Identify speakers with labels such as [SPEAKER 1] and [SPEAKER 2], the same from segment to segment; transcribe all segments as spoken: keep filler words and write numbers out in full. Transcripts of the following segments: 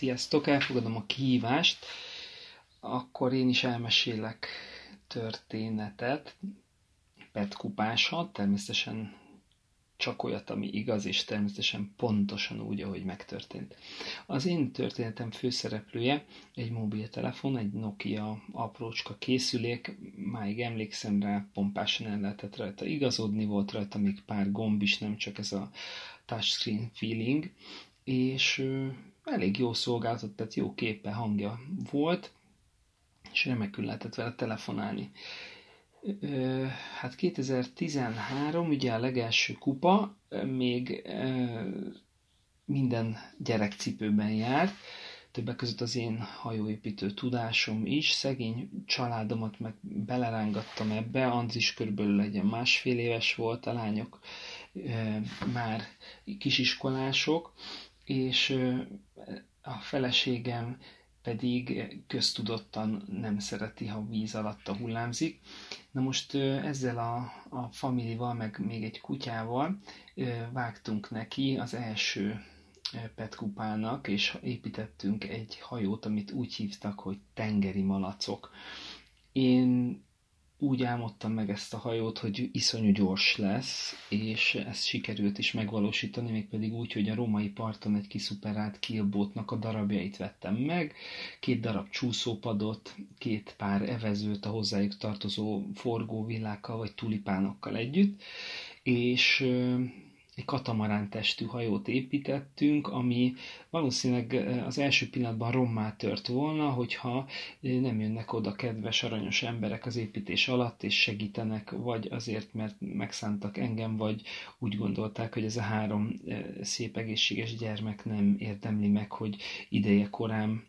[SPEAKER 1] Sziasztok, elfogadom a kihívást, akkor én is elmesélek történetet, petkupásat, természetesen csak olyat, ami igaz, és természetesen pontosan úgy, ahogy megtörtént. Az én történetem főszereplője egy mobiltelefon, egy Nokia aprócska készülék, máig emlékszem rá, pompásan el lehetett rajta igazodni, volt rajta még pár gomb is, nem csak ez a touchscreen feeling, és elég jó szolgáltat, tehát jó képe, hangja volt, és remekül lehetett vele telefonálni. Hát kétezer-tizenhárom, ugye a legelső kupa, még minden gyerekcipőben járt, többek között az én hajóépítő tudásom is, szegény családomat meg belerángattam ebbe, Anz is körülbelül legyen másfél éves volt, a lányok már kisiskolások, és a feleségem pedig köztudottan nem szereti, ha víz alatta hullámzik. Na most ezzel a, a familival, meg még egy kutyával vágtunk neki az első petkupának, és építettünk egy hajót, amit úgy hívtak, hogy tengeri malacok. Én úgy álmodtam meg ezt a hajót, hogy iszonyú gyors lesz, és ezt sikerült is megvalósítani, mégpedig úgy, hogy a római parton egy kiszuperált keelboatnak a darabjait vettem meg, két darab csúszópadot, két pár evezőt a hozzájuk tartozó forgóvillákkal vagy tulipánokkal együtt, és egy katamarán testű hajót építettünk, ami valószínűleg az első pillanatban rommá tört volna, hogyha nem jönnek oda kedves, aranyos emberek az építés alatt, és segítenek, vagy azért, mert megszántak engem, vagy úgy gondolták, hogy ez a három szép, egészséges gyermek nem érdemli meg, hogy ideje korán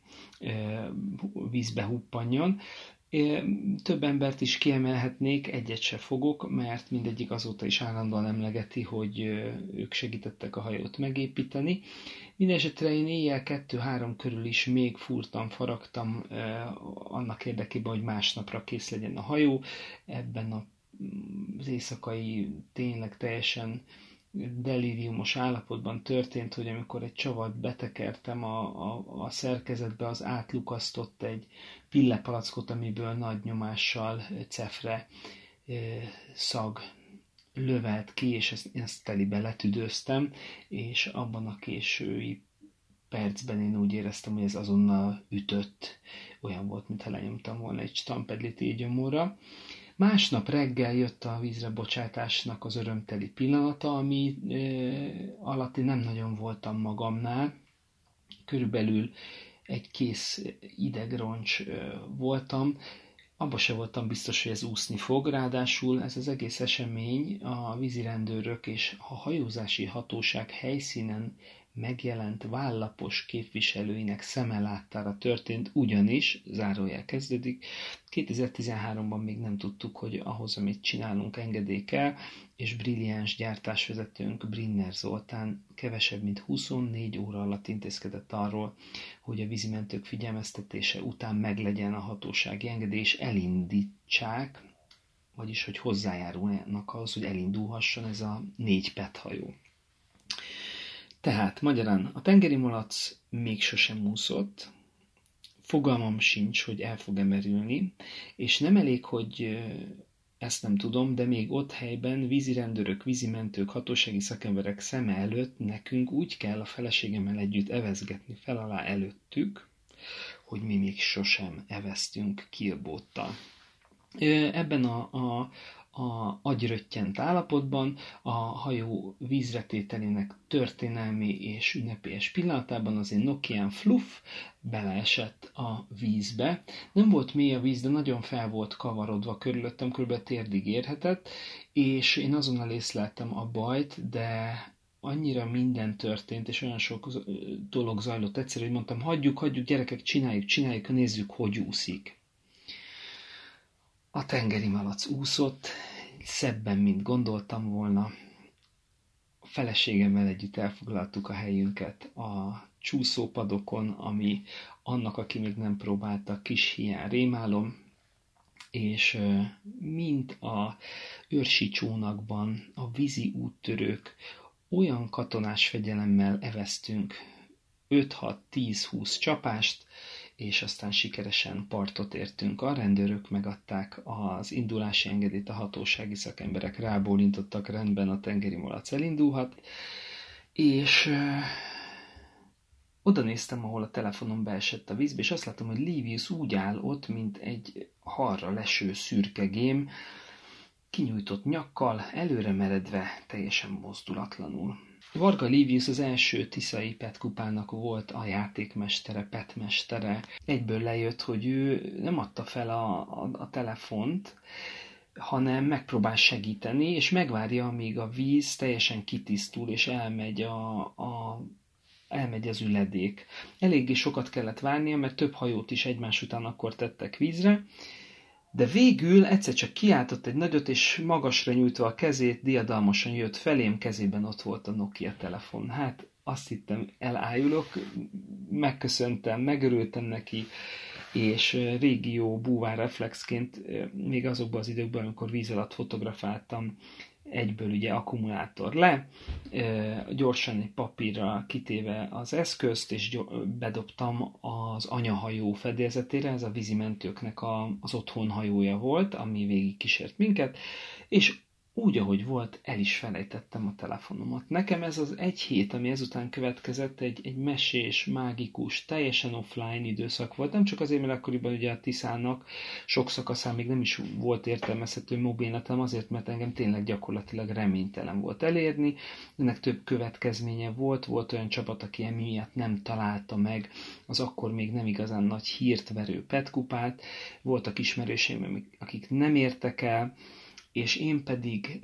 [SPEAKER 1] vízbe huppanjon. Több embert is kiemelhetnék, egyet se fogok, mert mindegyik azóta is állandóan emlegeti, hogy ők segítettek a hajót megépíteni. Mindenesetre én éjjel kettő-három körül is még fúrtam, faragtam annak érdekében, hogy másnapra kész legyen a hajó. Ebben az éjszakai tényleg teljesen delíriumos állapotban történt, hogy amikor egy csavat betekertem a, a, a szerkezetbe, az átlukasztott egy pillepalackot, amiből nagy nyomással cefre e, szag lövelt ki, és ezt, ezt telibe letüdőztem, és abban a késői percben én úgy éreztem, hogy ez azonnal ütött. Olyan volt, mintha lenyomtam volna egy stampedlit éjgyomorra. Másnap reggel jött a vízre bocsátásnak az örömteli pillanata, ami e, alatt én nem nagyon voltam magamnál. Körülbelül egy kész idegroncs e, voltam. Abba se voltam biztos, hogy ez úszni fog. Ráadásul ez az egész esemény a vízirendőrök és a hajózási hatóság helyszínen megjelent vállapos képviselőinek szeme láttára történt, ugyanis, zárójel kezdődik, kétezer-tizenháromban még nem tudtuk, hogy ahhoz, amit csinálunk, engedély kell, és brilliáns gyártásvezetőnk Brinner Zoltán kevesebb, mint huszonnégy óra alatt intézkedett arról, hogy a vízimentők figyelmeztetése után meglegyen a hatósági engedély, és elindítsák, vagyis hogy hozzájárulnak ahhoz, hogy elindulhasson ez a négy pethajó. Tehát magyarán a tengeri malac még sosem úszott, fogalmam sincs, hogy el fog-e merülni, és nem elég, hogy ezt nem tudom, de még ott helyben vízirendőrök, vízimentők, hatósági szakemberek szeme előtt nekünk úgy kell a feleségemmel együtt evezgetni fel alá előttük, hogy mi még sosem eveztünk keelboattal. Ebben a, a a agyröttyent állapotban, a hajó vízretételének történelmi és ünnepélyes pillanatában az én Nokián fluff beleesett a vízbe. Nem volt mély a víz, de nagyon fel volt kavarodva körülöttem, kb. Térdig érhetett, és én azonnal észleltem a bajt, de annyira minden történt, és olyan sok dolog zajlott egyszerűen, hogy mondtam, hagyjuk, hagyjuk, gyerekek, csináljuk, csináljuk, nézzük, hogy úszik. A tengeri malac úszott, szebben, mint gondoltam volna. A feleségemmel együtt elfoglaltuk a helyünket a csúszópadokon, ami annak, aki még nem próbálta, kis hiány rémálom, és mint a őrsi csónakban a vízi úttörők olyan katonás fegyelemmel eveztünk öt-hat-tíz-húsz csapást, és aztán sikeresen partot értünk. A rendőrök megadták az indulási engedélyt, a hatósági szakemberek rábólintottak, rendben, a tengeri malac elindulhat, és ö, oda néztem, ahol a telefonom beesett a vízbe, és azt láttam, hogy Livius úgy áll ott, mint egy halra leső szürke gém, kinyújtott nyakkal, előre meredve, teljesen mozdulatlanul. Varga Livius az első tiszai petkupának volt a játékmestere, petmestere. Egyből lejött, hogy ő nem adta fel a, a, a telefont, hanem megpróbál segíteni, és megvárja, amíg a víz teljesen kitisztul, és elmegy, a, a, elmegy az üledék. Eléggé sokat kellett várnia, mert több hajót is egymás után akkor tettek vízre, de végül egyszer csak kiáltott egy nagyot, és magasra nyújtva a kezét, diadalmasan jött felém, kezében ott volt a Nokia telefon. Hát azt hittem, elájulok, megköszöntem, megörültem neki, és régi jó búvár reflexként, még azokban az időkben, amikor víz alatt fotografáltam, egyből ugye akkumulátor le, gyorsan egy papírra kitéve az eszközt, és bedobtam az anyahajó fedélzetére, ez a vízimentőknek a, az otthonhajója volt, ami végig kísért minket, és úgy, ahogy volt, el is felejtettem a telefonomat. Nekem ez az egy hét, ami ezután következett, egy, egy mesés, mágikus, teljesen offline időszak volt. Nem csak azért, mert akkoriban ugye a Tiszának sok szakaszán még nem is volt értelmezhető mobilnetem, azért, mert engem tényleg gyakorlatilag reménytelen volt elérni. Ennek több következménye volt, volt olyan csapat, aki emiatt nem találta meg az akkor még nem igazán nagy hírt verő petkupát. Voltak ismerőseim, akik nem értek el, és én pedig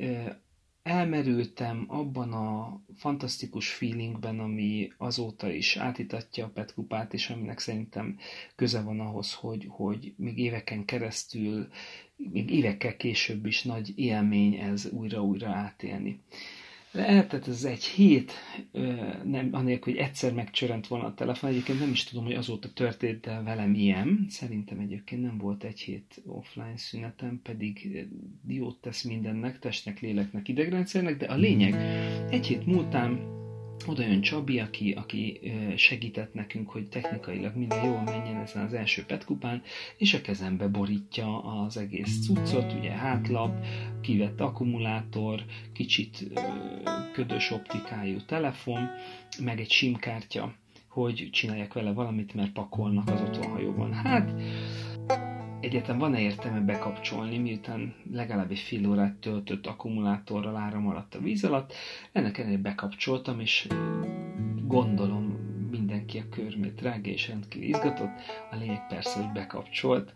[SPEAKER 1] elmerültem abban a fantasztikus feelingben, ami azóta is átítatja a petkupát, és aminek szerintem köze van ahhoz, hogy, hogy még éveken keresztül, még évekkel később is nagy élmény ez újra-újra átélni. De eltelt ez egy hét, nem, anélkül, hogy egyszer megcsörrent volna a telefon. Egyébként nem is tudom, hogy azóta történt el velem ilyen. Szerintem egyébként nem volt egy hét offline szünetem, pedig jót tesz mindennek, testnek, léleknek, idegrendszernek, de a lényeg, egy hét múltán oda jön Csabi, aki, aki segített nekünk, hogy technikailag minden jól menjen ezen az első petkupán, és a kezembe borítja az egész cuccot, ugye hátlap, kivett akkumulátor, kicsit ködös optikájú telefon, meg egy simkártya, hogy csináljak vele valamit, mert pakolnak az otthonhajóban. Hát, egyáltalán van-e értelme bekapcsolni, miután legalább egy fél órát töltött akkumulátorral áram alatt a víz alatt. Ennek ellenére bekapcsoltam, és gondolom mindenki a körmét rágja és rendkívül izgatott. A lényeg persze, hogy bekapcsolt.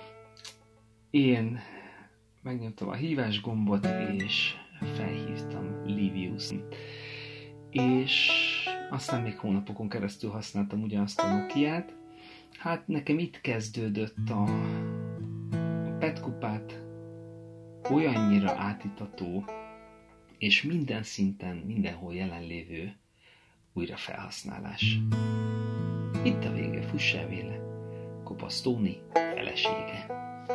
[SPEAKER 1] Én megnyomtam a hívás gombot, és felhívtam Livius-t. És aztán még hónapokon keresztül használtam ugyanazt a Nokiát. Hát nekem itt kezdődött a petkupát olyannyira átítató és minden szinten, mindenhol jelenlévő újrafelhasználás. Itt a vége, fussál véle, Kopasz Tóni felesége.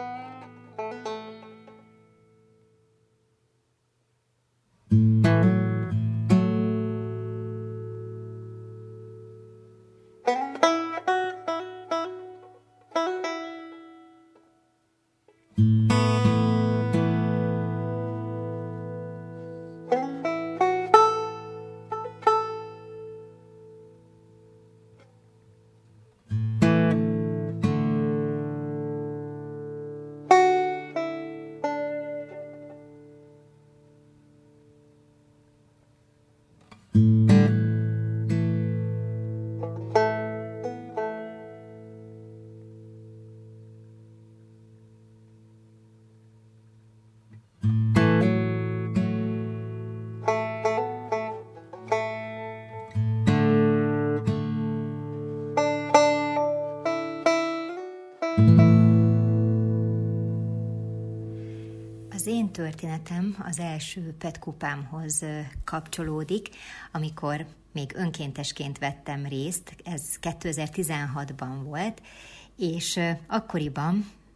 [SPEAKER 2] Az én történetem az első petkupámhoz kapcsolódik, amikor még önkéntesként vettem részt, ez kétezer-tizenhatban volt, és akkoriban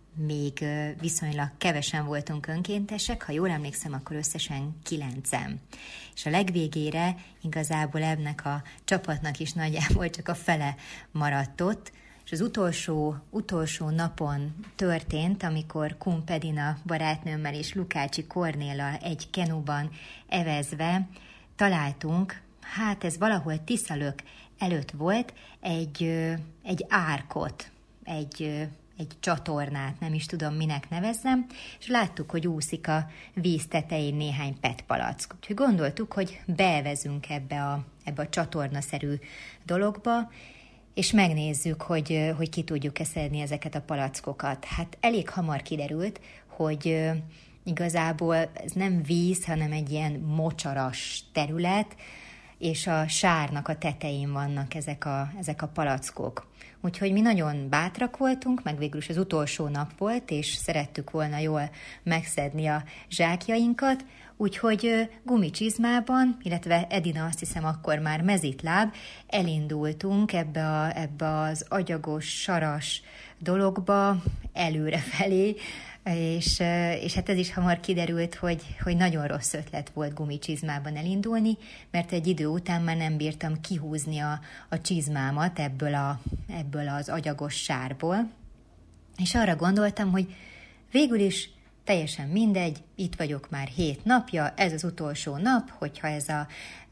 [SPEAKER 2] még viszonylag kevesen voltunk önkéntesek, ha jól emlékszem, akkor összesen kilencen. És a legvégére igazából ennek a csapatnak is nagyjából csak a fele maradt ott, és az utolsó, utolsó napon történt, amikor Kump Edina barátnőmmel és Lukácsi Kornéllal egy kenuban evezve találtunk, hát ez valahol Tiszalök előtt volt, egy, egy árkot, egy, egy csatornát, nem is tudom minek nevezzem, és láttuk, hogy úszik a víz tetején néhány petpalack. Úgyhogy gondoltuk, hogy beevezünk ebbe a, ebbe a csatornaszerű dologba, és megnézzük, hogy, hogy ki tudjuk-e szedni ezeket a palackokat. Hát elég hamar kiderült, hogy igazából ez nem víz, hanem egy ilyen mocsaras terület, és a sárnak a tetején vannak ezek a, ezek a palackok. Úgyhogy mi nagyon bátrak voltunk, meg végül is az utolsó nap volt, és szerettük volna jól megszedni a zsákjainkat, úgyhogy gumicsizmában, illetve Edina azt hiszem akkor már mezitláb, elindultunk ebbe, a, ebbe az agyagos, saras dologba előrefelé, és, és hát ez is hamar kiderült, hogy, hogy nagyon rossz ötlet volt gumicsizmában elindulni, mert egy idő után már nem bírtam kihúzni a, a csizmámat ebből, a, ebből az agyagos sárból, és arra gondoltam, hogy végül is teljesen mindegy, itt vagyok már hét napja, ez az utolsó nap, hogyha ez a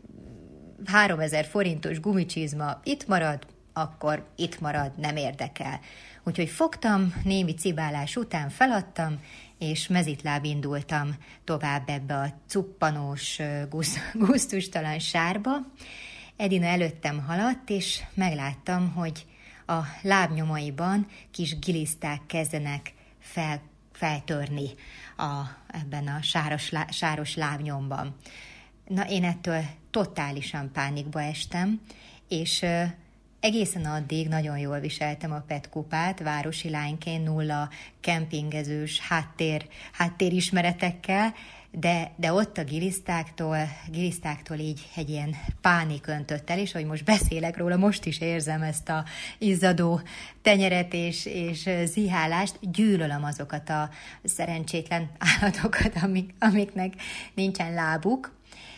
[SPEAKER 2] háromezer forintos gumicsizma itt marad, akkor itt marad, nem érdekel. Úgyhogy fogtam, némi cibálás után feladtam, és mezitláb indultam tovább ebbe a cuppanós, gusztustalan sárba. Edina előttem haladt, és megláttam, hogy a lábnyomaiban kis giliszták kezdenek fel, feltörni a, ebben a sáros, sáros lábnyomban. Na, én ettől totálisan pánikba estem, és egészen addig nagyon jól viseltem a petkupát, városi lányként, nulla kempingezős háttér, háttérismeretekkel, de, de ott a gilisztáktól, gilisztáktól így egy ilyen pánik öntött el, és hogy most beszélek róla, most is érzem ezt a izzadó tenyeret és, és zihálást, gyűlölöm azokat a szerencsétlen állatokat, amik, amiknek nincsen lábuk.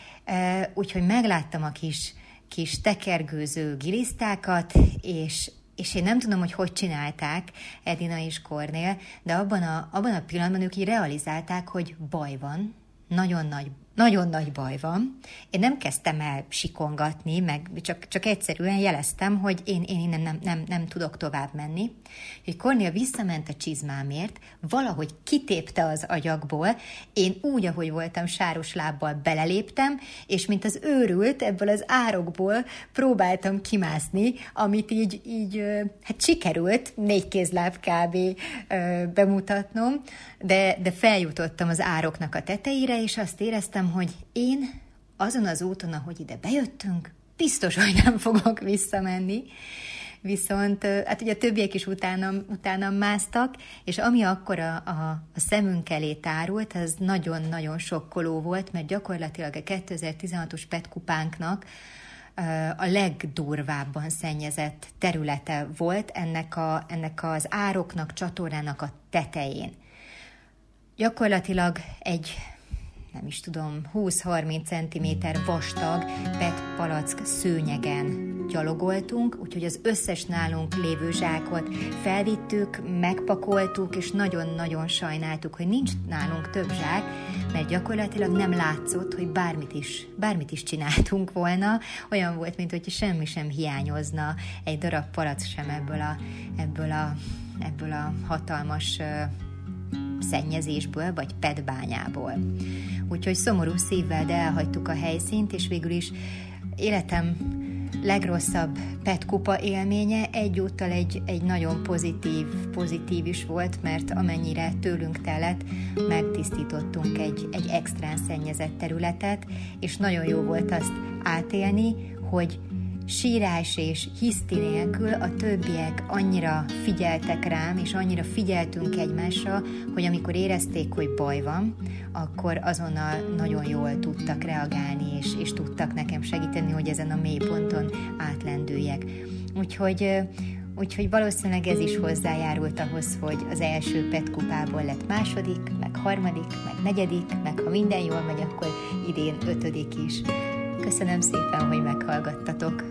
[SPEAKER 2] Úgyhogy megláttam a kis kis tekergőző gilisztákat, és, és én nem tudom, hogy hogy csinálták Edina és Kornél, de abban a, abban a pillanatban ők így realizálták, hogy baj van, nagyon nagy, nagyon nagy baj van. Én nem kezdtem el sikongatni, meg csak, csak egyszerűen jeleztem, hogy én, én innen nem, nem, nem tudok tovább menni. Hogy Kornél visszament a csizmámért, valahogy kitépte az agyagból, én úgy, ahogy voltam, sáros lábbal beleléptem, és mint az őrült, ebből az árokból próbáltam kimászni, amit így, így hát sikerült, négy kézláb kb. Bemutatnom, de, de feljutottam az ároknak a tetejére, és azt éreztem, hogy én azon az úton, ahogy ide bejöttünk, biztos, hogy nem fogok visszamenni. Viszont hát ugye a többiek is utánam, utánam másztak, és ami akkor a, a, a szemünk elé tárult, az nagyon-nagyon sokkoló volt, mert gyakorlatilag a kétezer-tizenhatos petkupánknak a legdurvábban szennyezett területe volt ennek, a, ennek az ároknak, csatornának a tetején. Gyakorlatilag egy, nem is tudom, húsz-harminc centiméter vastag petpalack szőnyegen gyalogoltunk, úgyhogy az összes nálunk lévő zsákot felvittük, megpakoltuk, és nagyon-nagyon sajnáltuk, hogy nincs nálunk több zsák, mert gyakorlatilag nem látszott, hogy bármit is, bármit is csináltunk volna. Olyan volt, mint hogy semmi sem hiányozna, egy darab palack sem ebből a, ebből a, ebből a hatalmas szennyezésből, vagy petbányából. Úgyhogy szomorú szívvel, de elhagytuk a helyszínt, és végül is életem legrosszabb petkupa élménye egyúttal egy, egy nagyon pozitív, pozitív is volt, mert amennyire tőlünk telett, megtisztítottunk egy, egy extrán szennyezett területet, és nagyon jó volt azt átélni, hogy sírás és hiszti nélkül a többiek annyira figyeltek rám, és annyira figyeltünk egymásra, hogy amikor érezték, hogy baj van, akkor azonnal nagyon jól tudtak reagálni, és, és tudtak nekem segíteni, hogy ezen a mélyponton átlendüljek. Úgyhogy, úgyhogy valószínűleg ez is hozzájárult ahhoz, hogy az első pé e té kupából lett második, meg harmadik, meg negyedik, meg ha minden jól megy, akkor idén ötödik is. Köszönöm szépen, hogy meghallgattatok!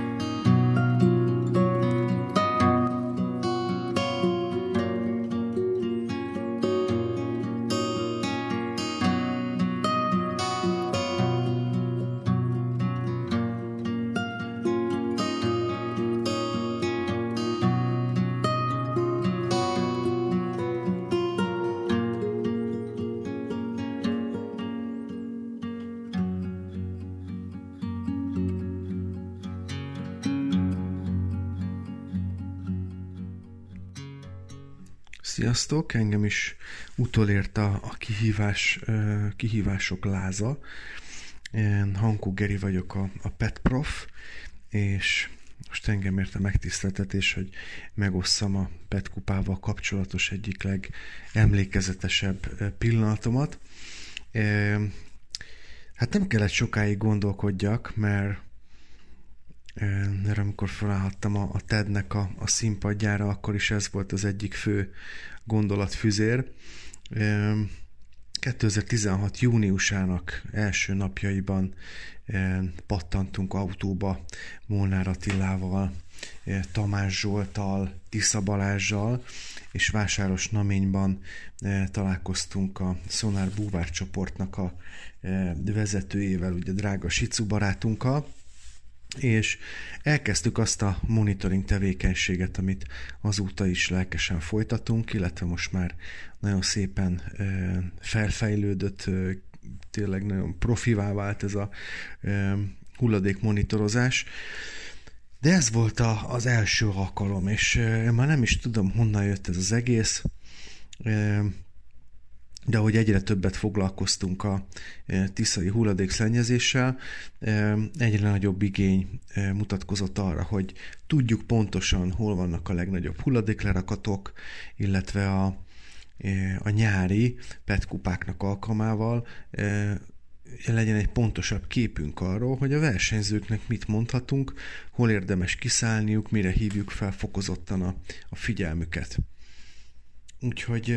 [SPEAKER 3] Sziasztok! Engem is utolért a, a kihívás, kihívások láza. Én Hankó Geri vagyok, a, a pet prof, és most engem ért a megtiszteltetés, hogy megosszam a pet kupával kapcsolatos egyik legemlékezetesebb pillanatomat. Hát nem kellett sokáig gondolkodjak, mert mert amikor felállhattam a, a TED-nek a, a színpadjára, akkor is ez volt az egyik fő gondolatfüzér. kétezer-tizenhat júniusának első napjaiban pattantunk autóba Molnár Attilával, Tamás Zsolttal, Tisza Balázssal, és Vásáros Naményban találkoztunk a Szonár Búvár csoportnak a vezetőjével, ugye drága Sicu barátunkkal, és elkezdtük azt a monitoring tevékenységet, amit azóta is lelkesen folytatunk, illetve most már nagyon szépen felfejlődött, tényleg nagyon profivá vált ez a hulladékmonitorozás. De ez volt a, az első alkalom, és már nem is tudom, honnan jött ez az egész, de ahogy egyre többet foglalkoztunk a tiszai hulladékszennyezéssel, egyre nagyobb igény mutatkozott arra, hogy tudjuk pontosan, hol vannak a legnagyobb hulladéklerakatok, illetve a, a nyári pé e té kupáknak alkalmával legyen egy pontosabb képünk arról, hogy a versenyzőknek mit mondhatunk, hol érdemes kiszállniuk, mire hívjuk fel fokozottan a, a figyelmüket. Úgyhogy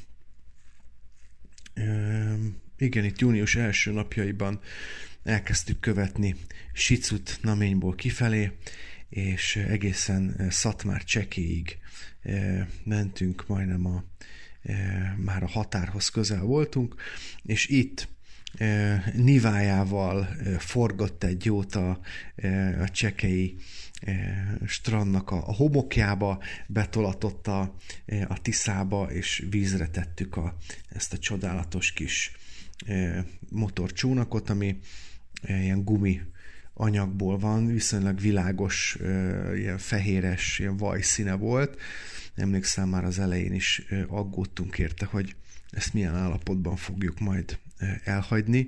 [SPEAKER 3] igen, itt június első napjaiban elkezdtük követni Sicut Naményból kifelé, és egészen Szatmár Csekéig mentünk, majdnem a, már a határhoz közel voltunk, és itt nivájával forgott egy jót a, a csekei strandnak a, a homokjába, betolatott a, a Tiszába, és vízre tettük a, ezt a csodálatos kis motorcsónakot, ami ilyen gumi anyagból van, viszonylag világos, ilyen fehéres, ilyen vajszíne volt. Emlékszem, már az elején is aggódtunk érte, hogy ezt milyen állapotban fogjuk majd elhagyni.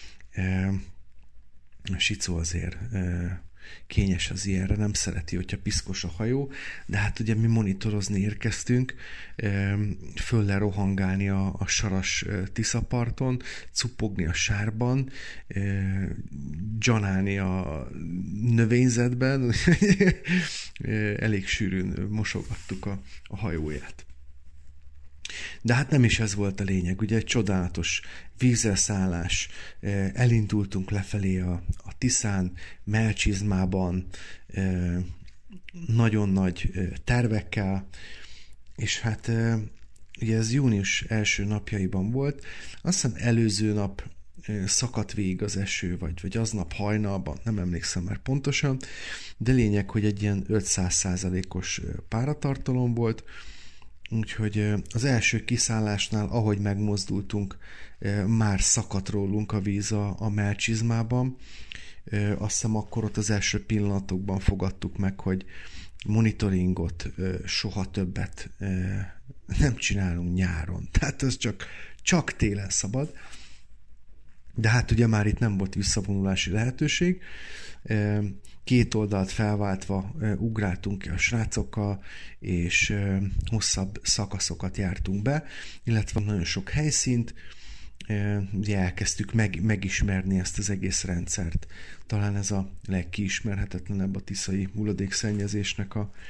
[SPEAKER 3] Sicó azért kényes az ilyenre, nem szereti, hogyha piszkos a hajó, de hát ugye mi monitorozni érkeztünk, föl le rohangálni a, a saras Tiszaparton, cupogni a sárban, gyanálni a növényzetben, elég sűrűn mosogattuk a, a hajóját. De hát nem is ez volt a lényeg, ugye egy csodálatos vízelszállás, elindultunk lefelé a, a Tiszán, mellcsizmában, nagyon nagy tervekkel, és hát ugye ez június első napjaiban volt, azt hiszem előző nap szakadt végig az eső, vagy, vagy aznap hajnalban, nem emlékszem már pontosan, de lényeg, hogy egy ilyen ötszáz százalékos páratartalom volt, úgyhogy az első kiszállásnál, ahogy megmozdultunk, már szakadt rólunk a víz a, a mellcsizmában. Azt hiszem akkor ott az első pillanatokban fogadtuk meg, hogy monitoringot soha többet nem csinálunk nyáron. Tehát ez csak, csak télen szabad. De hát ugye már itt nem volt visszavonulási lehetőség. Két oldalt felváltva ugráltunk ki a srácokkal, és hosszabb szakaszokat jártunk be, illetve nagyon sok helyszínt. Ugye elkezdtük meg, megismerni ezt az egész rendszert. Talán ez a legkiismerhetetlenebb a tiszai hulladékszennyezésnek a,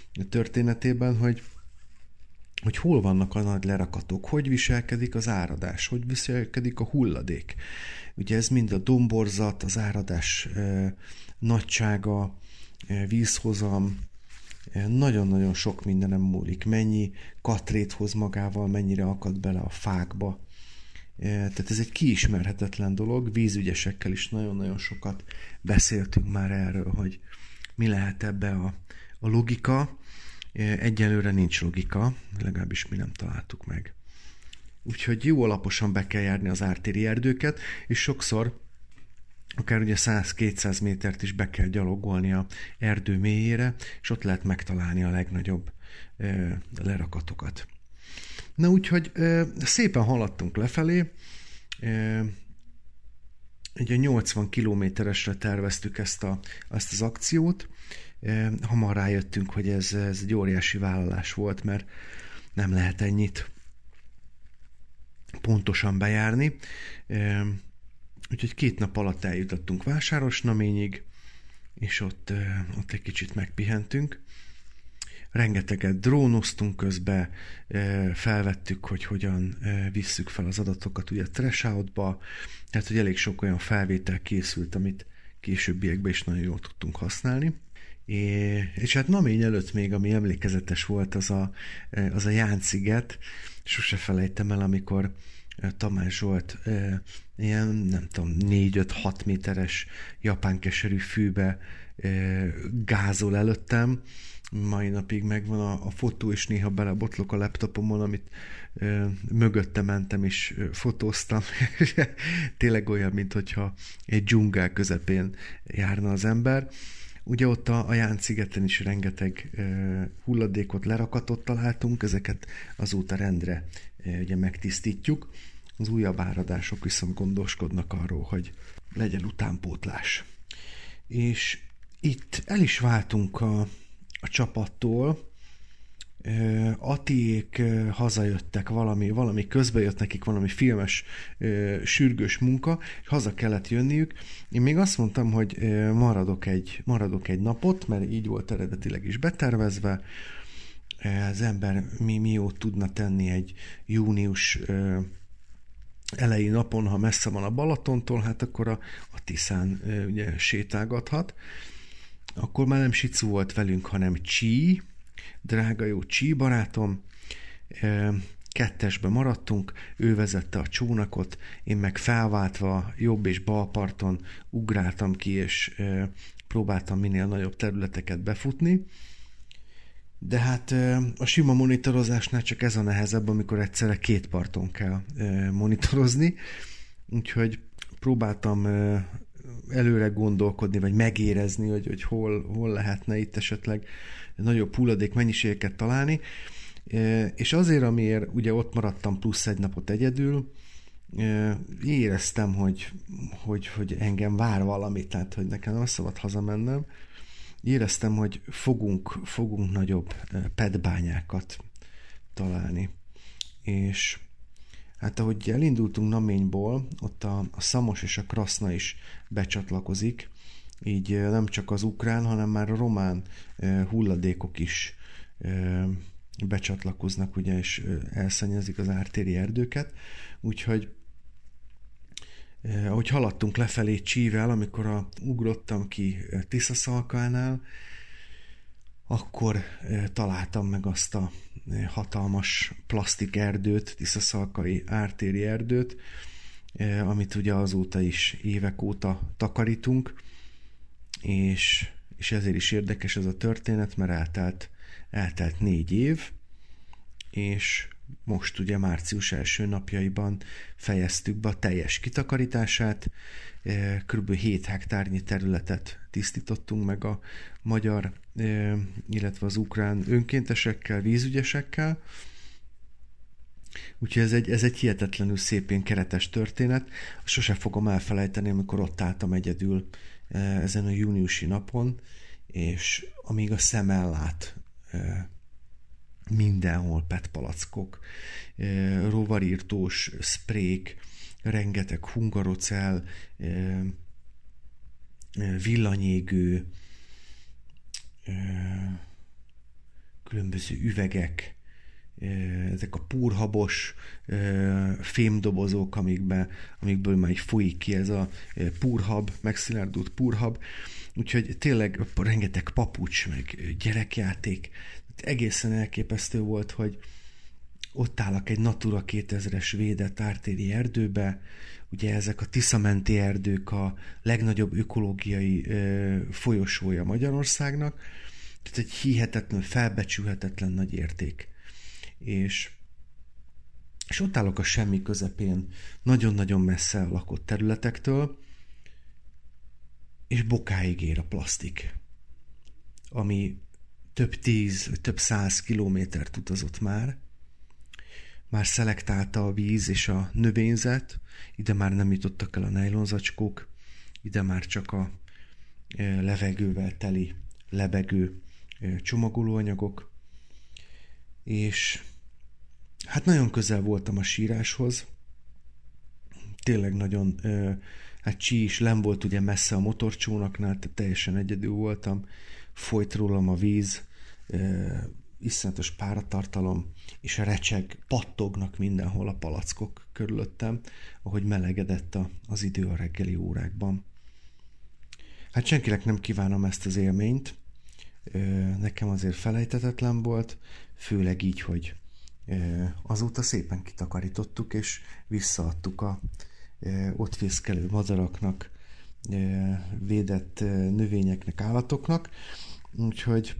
[SPEAKER 3] történetében, hogy hogy hol vannak a nagy lerakatok, hogy viselkedik az áradás, hogy viselkedik a hulladék. Ugye ez mind a domborzat, az áradás e, nagysága, e, vízhozam, e, nagyon-nagyon sok mindenem múlik. Mennyi katrét hoz magával, mennyire akad bele a fákba. E, tehát ez egy kiismerhetetlen dolog, vízügyesekkel is nagyon-nagyon sokat beszéltünk már erről, hogy mi lehet ebbe a, a logika. Egyelőre nincs logika, legalábbis mi nem találtuk meg. Úgyhogy jó alaposan be kell járni az ártéri erdőket, és sokszor akár ugye száz-kétszáz métert is be kell gyalogolni a erdő mélyére, és ott lehet megtalálni a legnagyobb e, lerakatokat. Na úgyhogy e, szépen haladtunk lefelé, e, ugye nyolcvan kilométeresre terveztük ezt, a, ezt az akciót. Hamar rájöttünk, hogy ez, ez egy óriási vállalás volt, mert nem lehet ennyit pontosan bejárni. Úgyhogy két nap alatt eljutottunk Vásárosnaményig, és ott, ott egy kicsit megpihentünk. Rengeteget drónoztunk közben, felvettük, hogy hogyan visszük fel az adatokat ugye a Threshoutba, tehát hogy elég sok olyan felvétel készült, amit későbbiekben is nagyon jól tudtunk használni. É, és hát Namény előtt még, ami emlékezetes volt, az a, az a Ján-sziget. Sose felejtem el, amikor Tamás Zsolt ilyen, nem tudom, négy-öt-hat méteres japánkeserű fűbe gázol előttem. Mai napig megvan a, a fotó, és néha belebotlok a laptopomon, amit ö, mögötte mentem, és ö, fotóztam. Tényleg olyan, mintha egy dzsungel közepén járna az ember. Ugye ott a, a Ján-szigeten is rengeteg ö, hulladékot, lerakatot találtunk, ezeket azóta rendre ö, ugye megtisztítjuk. Az újabb áradások viszont gondoskodnak arról, hogy legyen utánpótlás. És itt el is váltunk a a csapattól. Atiék hazajöttek, valami, valami közbe jött nekik, valami filmes, sürgős munka, és haza kellett jönniük. Én még azt mondtam, hogy maradok egy, maradok egy napot, mert így volt eredetileg is betervezve. Az ember mi, mi jót tudna tenni egy június elejé napon, ha messze van a Balatontól, hát akkor a, a Tiszán ugye sétálgathat. Akkor már nem Sicu volt velünk, hanem Csí, drága jó Csí barátom. Kettesbe maradtunk, ő vezette a csónakot, én meg felváltva jobb és bal parton ugráltam ki, és próbáltam minél nagyobb területeket befutni. De hát a sima monitorozásnál csak ez a nehezebb, amikor egyszerre két parton kell monitorozni. Úgyhogy próbáltam előre gondolkodni, vagy megérezni, hogy, hogy hol, hol lehetne itt esetleg nagyobb hulladék mennyiségeket találni. És azért, amiért ugye ott maradtam plusz egy napot egyedül, éreztem, hogy, hogy, hogy engem vár valami, tehát hogy nekem nem szabad hazamennem. Éreztem, hogy fogunk, fogunk nagyobb petbányákat találni. És hát ahogy elindultunk Naményból, ott a, a Szamos és a Kraszna is becsatlakozik, így nem csak az ukrán, hanem már a román hulladékok is becsatlakoznak, ugye, és elszennyezik az ártéri erdőket. Úgyhogy ahogy haladtunk lefelé Csível, amikor a, ugrottam ki Tiszaszalkánál, akkor találtam meg azt a hatalmas plastik erdőt, Tiszaszalkai ártéri erdőt, amit ugye azóta is évek óta takarítunk, és, és ezért is érdekes ez a történet, mert eltelt, eltelt négy év, és most ugye március első napjaiban fejeztük be a teljes kitakarítását, kb. hét hektárnyi területet tisztítottunk meg a magyar, illetve az ukrán önkéntesekkel, vízügyesekkel. Úgyhogy ez egy, ez egy hihetetlenül szépén keretes történet. Sose fogom elfelejteni, amikor ott álltam egyedül ezen a júniusi napon, és amíg a szem ellát, mindenhol petpalackok, rovarírtós szprék, rengeteg hungarocell, villanyégő, különböző üvegek, ezek a púrhabos fémdobozók, amikbe, amikből már így folyik ki ez a púrhab, megszilárdult púrhab. Úgyhogy tényleg rengeteg papucs, meg gyerekjáték. Egészen elképesztő volt, hogy ott állak egy Natura kétezres védett ártéri erdőbe. Ugye ezek a Tisza-menti erdők a legnagyobb ökológiai folyosója Magyarországnak. Tehát egy hihetetlen, felbecsülhetetlen nagy érték. És, és ott állok a semmi közepén, nagyon-nagyon messze a lakott területektől, és bokáig ér a plasztik, ami több tíz, több száz kilométert utazott már, már szelektálta a víz és a növényzet, ide már nem jutottak el a nejlonzacskók, ide már csak a levegővel teli, lebegő csomagolóanyagok, és hát nagyon közel voltam a síráshoz, tényleg nagyon, hát Csí is len volt ugye messze a motorcsónaknál, tehát teljesen egyedül voltam, folyt rólam a víz, iszonyatos páratartalom, és a recseg, pattognak mindenhol a palackok körülöttem, ahogy melegedett az idő a reggeli órákban. Hát senkinek nem kívánom ezt az élményt, nekem azért felejthetetlen volt, főleg így, hogy azóta szépen kitakarítottuk, és visszaadtuk a ott fészkelő madaraknak, védett növényeknek, állatoknak, úgyhogy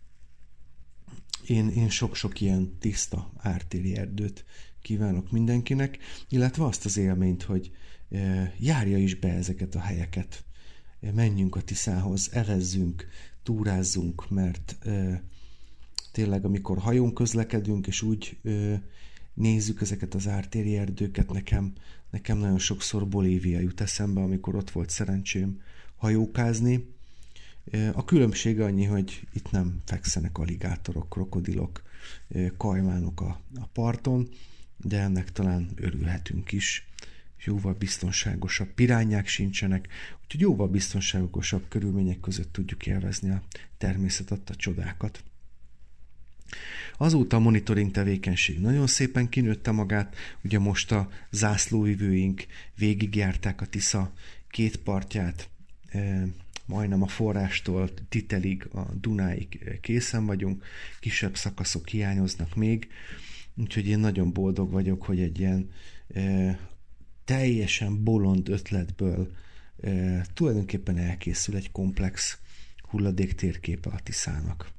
[SPEAKER 3] én, én sok-sok ilyen tiszta ártéri erdőt kívánok mindenkinek, illetve azt az élményt, hogy járja is be ezeket a helyeket. Menjünk a Tiszához, evezzünk, túrázzunk, mert tényleg, amikor hajón közlekedünk, és úgy ö, nézzük ezeket az ártéri erdőket, nekem, nekem nagyon sokszor Bolívia jut eszembe, amikor ott volt szerencsém hajókázni. A különbség annyi, hogy itt nem fekszenek aligátorok, krokodilok, kajmánok a, a parton, de ennek talán örülhetünk is. Jóval biztonságosabb pirányák sincsenek, úgyhogy jóval biztonságosabb körülmények között tudjuk élvezni a természet adta csodákat. Azóta a monitoring tevékenység nagyon szépen kinőtte magát, ugye most a zászlóvivőink végigjárták a Tisza két partját, majdnem a forrástól Titelig, a Dunáig készen vagyunk, kisebb szakaszok hiányoznak még, úgyhogy én nagyon boldog vagyok, hogy egy ilyen teljesen bolond ötletből tulajdonképpen elkészül egy komplex hulladéktérképe a Tiszának.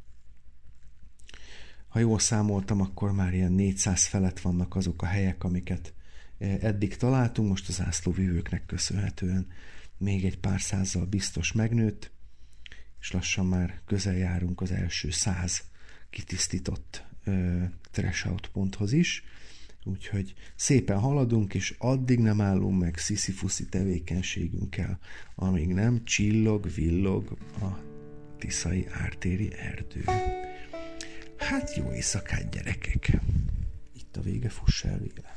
[SPEAKER 3] Ha jól számoltam, akkor már ilyen négyszáz felett vannak azok a helyek, amiket eddig találtunk, most az zászlóvivőknek köszönhetően még egy pár százzal biztos megnőtt, és lassan már közel járunk az első száz kitisztított ö, trash-out ponthoz is, úgyhogy szépen haladunk, és addig nem állunk meg sziszifuszi tevékenységünkkel, amíg nem csillog, villog a tiszai ártéri erdő. Hát jó éjszakát, gyerekek! Itt a vége, fuss el véle!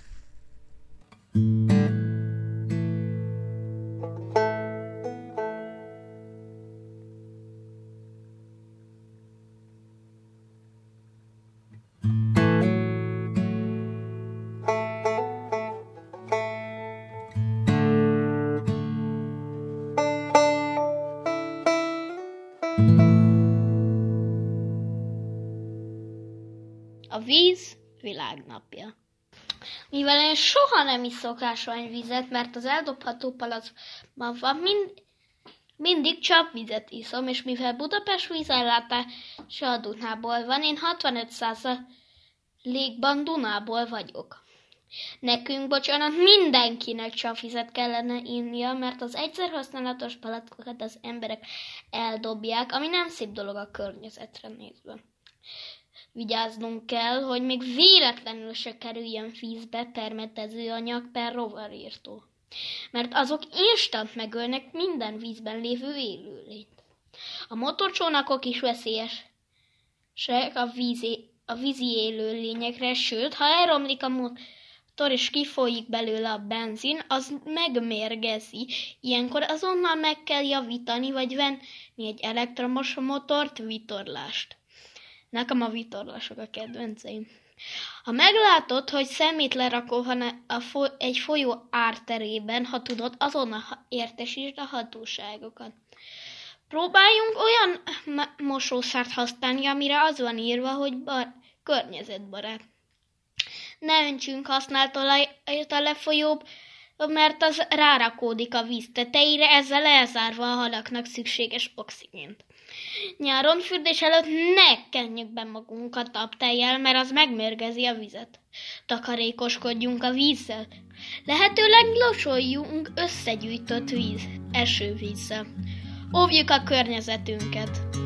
[SPEAKER 4] A víz világnapja. Mivel én soha nem iszok ásványvizet, mert az eldobható palackban van, mind, mindig csapvizet iszom, és mivel Budapest vízellátása a Dunából van, én hatvanöt százalékban Dunából vagyok. Nekünk, bocsánat, mindenkinek csapvizet kellene innia, mert az egyszer használatos palackokat az emberek eldobják, ami nem szép dolog a környezetre nézve. Vigyáznunk kell, hogy még véletlenül se kerüljön vízbe permetező anyag per rovarírtó, mert azok instant megölnek minden vízben lévő élőlényt. A motorcsónakok is veszélyesek a, vízi, a vízi élőlényekre, sőt, ha elromlik a motor és kifolyik belőle a benzin, az megmérgezi. Ilyenkor azonnal meg kell javítani, vagy venni egy elektromos motort, vitorlást. Nekem a vitorlasok a kedvenceim. Ha meglátod, hogy szemétlerakó van a fo- egy folyó árterében, ha tudod, azonnal értesítsd a hatóságokat. Próbáljunk olyan mosószert használni, amire az van írva, hogy bar- környezetbarát. Ne öntsünk használt olajat a lefolyóba, mert az rárakódik a víz tetejére, ezzel elzárva a halaknak szükséges oxigént. Nyáron fürdés előtt ne kenjük be magunkat taptejjel, mert az megmérgezi a vizet. Takarékoskodjunk a vízzel. Lehetőleg locsoljunk összegyűjtött víz, esővízzel. Óvjuk a környezetünket.